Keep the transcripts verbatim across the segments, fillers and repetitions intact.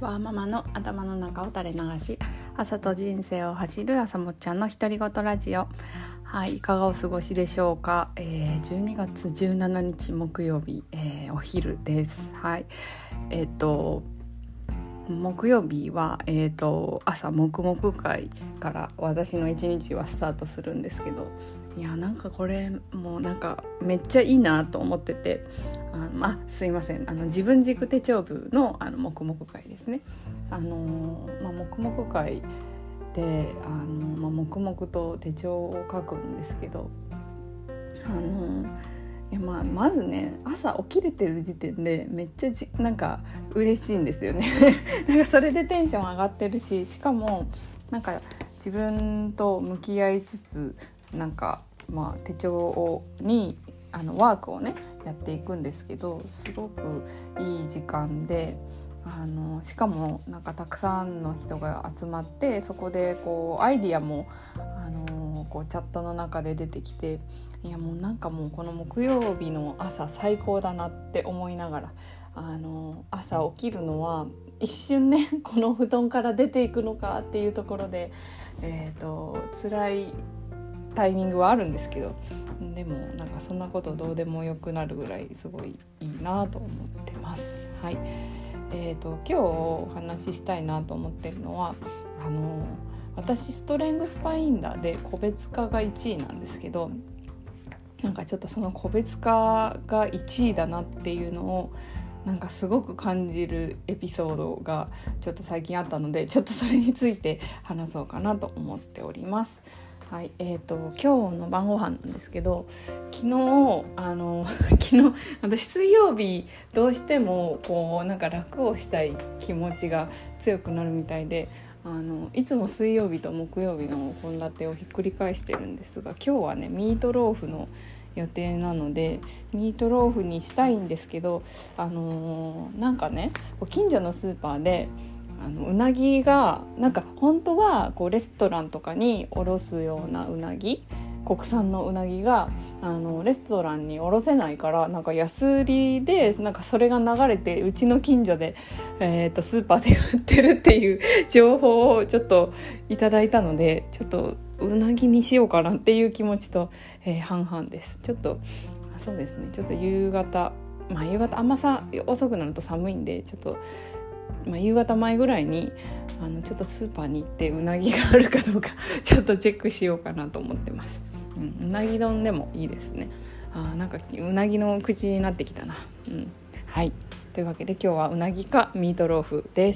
ワーママの頭の中を垂れ流し、朝と人生を走る朝もっちゃんの独り言ラジオ。はい、いかがお過ごしでしょうか。えー、じゅうにがつじゅうしちにち木曜日、えー、お昼です。はい、えっ、ー、と木曜日は、えー、と朝黙々会から私の一日はスタートするんですけど、いやなんかこれもうなんかめっちゃいいなと思ってて、あのあすいませんあの自分軸手帳部のあの黙々会ですね。あの、まあ、黙々会であの、まあ、黙々と手帳を書くんですけど、あのいやまあ、まずね朝起きれてる時点でめっちゃじなんか嬉しいんですよねなんかそれでテンション上がってるし、しかもなんか自分と向き合いつつなんか、まあ、手帳をにあのワークをねやっていくんですけど、すごくいい時間で、あのしかもなんかたくさんの人が集まって、そこでこうアイディアもあのこうチャットの中で出てきて、いやもうなんかもうこの木曜日の朝最高だなって思いながら、あの朝起きるのは一瞬ねこの布団から出ていくのかっていうところで、えーと、辛いタイミングはあるんですけど、でもなんかそんなことどうでもよくなるぐらいすごいいいなと思ってます。はい、えーと、今日お話ししたいなと思ってるのは、あの私ストレングスファインダーで個別化がいちいなんですけど、なんかちょっとその個別化がいちいだなっていうのをなんかすごく感じるエピソードがちょっと最近あったので、ちょっとそれについて話そうかなと思っております。はい、えーと今日の晩ご飯なんですけど、昨日あの昨日私水曜日どうしてもこうなんか楽をしたい気持ちが強くなるみたいで、あのいつも水曜日と木曜日の献立をひっくり返してるんですが、今日はねミートローフの予定なのでミートローフにしたいんですけど、あのー、なんかね近所のスーパーであのうなぎがなんか本当はこうレストランとかに卸すようなうなぎ、国産のうなぎがあのレストランに卸せないから、なんか安売りでなんかそれが流れてうちの近所で、えー、とスーパーで売ってるっていう情報をちょっといただいたので、ちょっとうなぎにしようかなっていう気持ちと、えー、半々です。ちょっとそうですねちょっと夕方まあ夕方あんまさ遅くなると寒いんで、ちょっとまあ、夕方前ぐらいにあのちょっとスーパーに行ってうなぎがあるかどうかちょっとチェックしようかなと思ってます。うん、うなぎ丼でもいいですね。あなんかうなぎの口になってきたな。うん、はいというわけで今日はうなぎかミートローフです。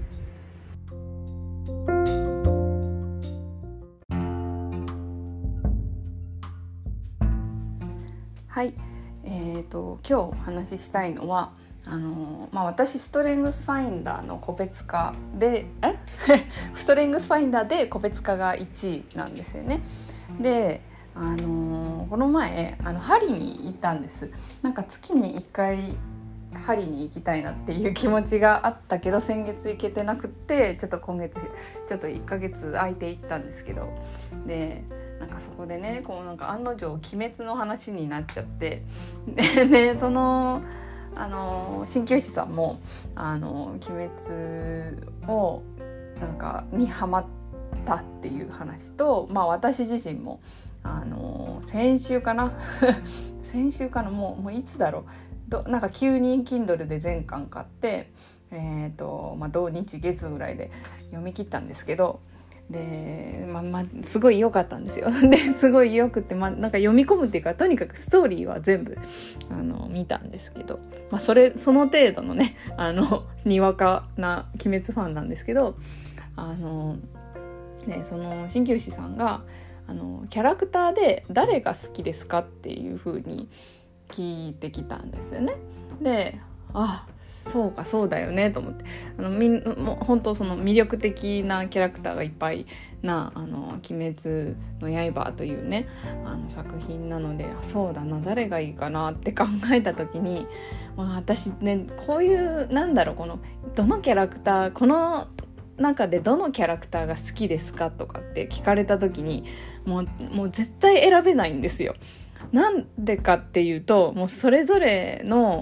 はい、えーと今日お話ししたいのはあのまあ、私ストレングスファインダーの個別化でえストレングスファインダーで個別化がいちいなんですよね。で、あのこの前あの針に行ったんです。なんか月にいっかい針に行きたいなっていう気持ちがあったけど、先月行けてなくって、ちょっと今月ちょっといっかげつ空いて行ったんですけど、でなんかそこでねこうなんか案の定鬼滅の話になっちゃって、で、ね、そのあの鍼灸師さんもあの鬼滅をなんかにハマったっていう話と、まあ私自身もあの先週かな先週かなもう、もういつだろうどなんか急に Kindle で全巻買って、えーとまあ、土日月ぐらいで読み切ったんですけど、で、まあまあ、すごい良かったんですよ。ですごい良くて、まあ、なんか読み込むっていうか、とにかくストーリーは全部あの見たんですけど、まあ、それその程度のねあのにわかな鬼滅ファンなんですけど、あの、ね、その鍼灸師さんがあのキャラクターで誰が好きですかっていう風に聞いてきたんですよね。で、あそうかそうだよねと思って、あのみんもう本当その魅力的なキャラクターがいっぱいなあの鬼滅の刃というねあの作品なので、あそうだな誰がいいかなって考えた時に、まあ、私ねこういうなんだろうこのどのキャラクターこの中でどのキャラクターが好きですかとかって聞かれた時にもう、もう絶対選べないんですよ。なんでかっていうともうそれぞれの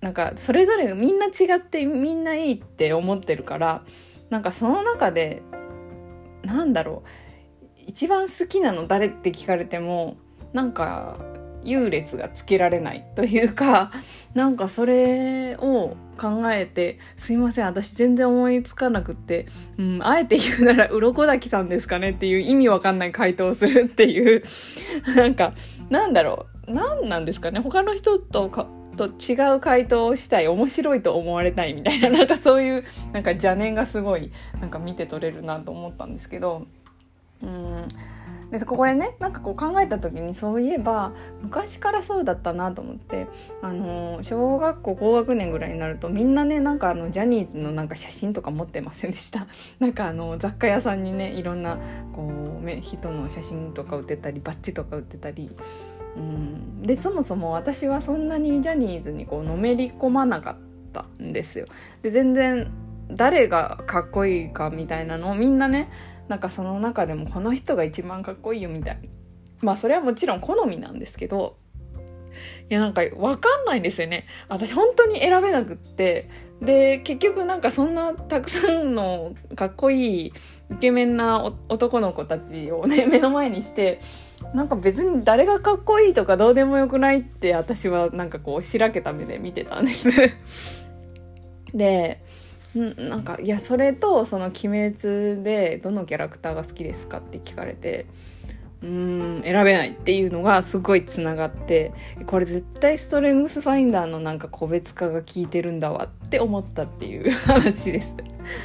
なんかそれぞれみんな違ってみんないいって思ってるから、なんかその中でなんだろう、一番好きなの誰って聞かれてもなんか優劣がつけられないというか、なんかそれを考えて、すいません私全然思いつかなくって、うん、あえて言うなら鱗滝さんですかねっていう意味わかんない回答をするっていうなんかなんだろう、なんなんですかね、他の人とかと違う回答をしたい、面白いと思われたいみたいな、なんかそういうなんか邪念がすごいなんか見て取れるなと思ったんですけど、うんでこれね、なんかこう考えた時に、そういえば昔からそうだったなと思って、あの小学校高学年ぐらいになるとみんなね、なんかあのジャニーズのなんか写真とか持ってませんでしたなんかあの雑貨屋さんにね、いろんなこう人の写真とか売ってたり、バッジとか売ってたり、うんでそもそも私はそんなにジャニーズにこうのめり込まなかったんですよ。で全然誰がかっこいいかみたいなのをみんなね、なんかその中でもこの人が一番かっこいいよみたいな、まあそれはもちろん好みなんですけど、いやなんか分かんないんですよね、私本当に選べなくって。で結局なんかそんなたくさんのかっこいいイケメンな男の子たちをね目の前にして、なんか別に誰がかっこいいとかどうでもよくないって私はなんかこうしらけた目で見てたんですでんなんかいやそれとその鬼滅でどのキャラクターが好きですかって聞かれて、うーん選べないっていうのがすごいつながって、これ絶対ストレングスファインダーのなんか個別化が効いてるんだわって思ったっていう話です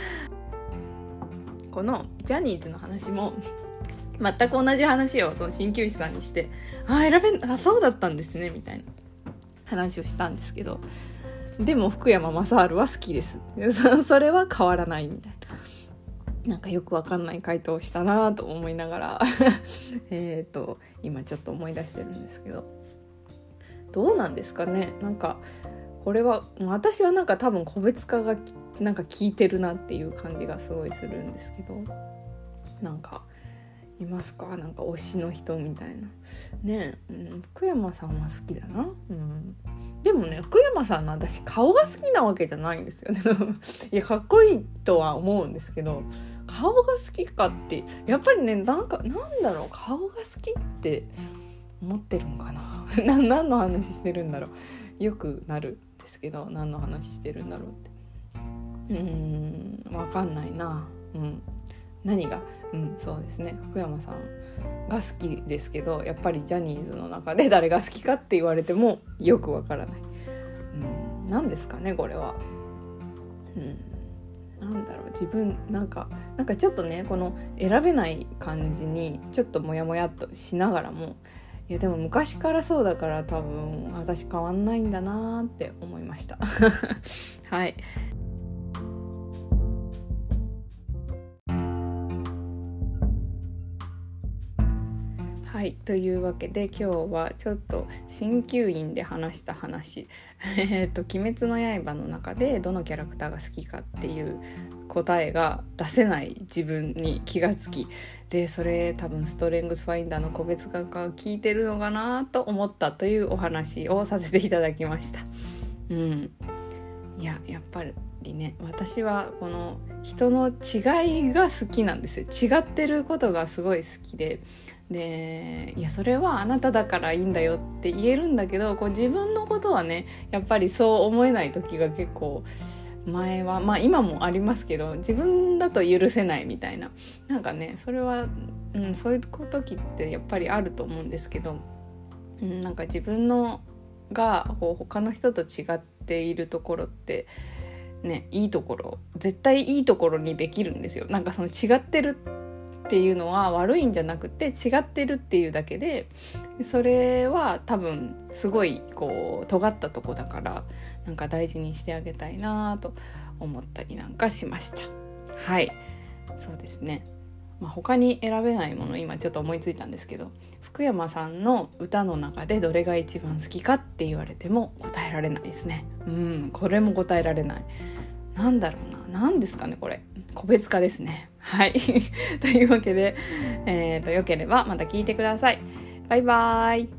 このジャニーズの話も全く同じ話をその鍼灸師さんにして、あ選べあそうだったんですねみたいな話をしたんですけど、でも福山雅治は好きですそれは変わらないみたいな、なんかよくわかんない回答をしたなと思いながらえっと今ちょっと思い出してるんですけど、どうなんですかね、なんかこれは私はなんか多分個別化がなんか効いてるなっていう感じがすごいするんですけど、なんかいますか、なんか推しの人みたいなね、うん、福山さんは好きだな、うん、でもね福山さんの私顔が好きなわけじゃないんですよねいやかっこいいとは思うんですけど、顔が好きかってやっぱりね、なんかなんだろう、顔が好きって思ってるんかなな何の話してるんだろう、よくなるんですけど、何の話してるんだろうって、うーんわかんないな、うん何が、うん、そうですね、福山さんが好きですけど、やっぱりジャニーズの中で誰が好きかって言われてもよくわからない、うん、なんですかねこれは、うん、なんだろう、自分なんかなんかちょっとねこの選べない感じにちょっとモヤモヤっとしながらも、いやでも昔からそうだから多分私変わんないんだなって思いましたはいはい、というわけで今日はちょっと鍼灸院で話した話えっと鬼滅の刃の中でどのキャラクターが好きかっていう答えが出せない自分に気がつき、でそれ多分ストレングスファインダーの個別化が効いてるのかなと思ったというお話をさせていただきました。うん、いややっぱりね、私はこの人の違いが好きなんですよ。違ってることがすごい好きで、でいやそれはあなただからいいんだよって言えるんだけど、こう自分のことはねやっぱりそう思えない時が結構前は、まあ今もありますけど、自分だと許せないみたいな、なんかねそれは、うん、そういう時ってやっぱりあると思うんですけど、うん、なんか自分のがこう他の人と違っているところってね、いいところ絶対いいところにできるんですよ。なんかその違ってるっていうのは悪いんじゃなくて違ってるっていうだけで、それは多分すごいこう尖ったとこだから、なんか大事にしてあげたいなと思ったりなんかしました。はい、そうですね、まあ、他に選べないもの今ちょっと思いついたんですけど、福山さんの歌の中でどれが一番好きかって言われても答えられないですね。うん、これも答えられない。なんだろうな、何ですかねこれ、個別化ですね。はいというわけで、えーと、よければまた聞いてください。バイバーイ。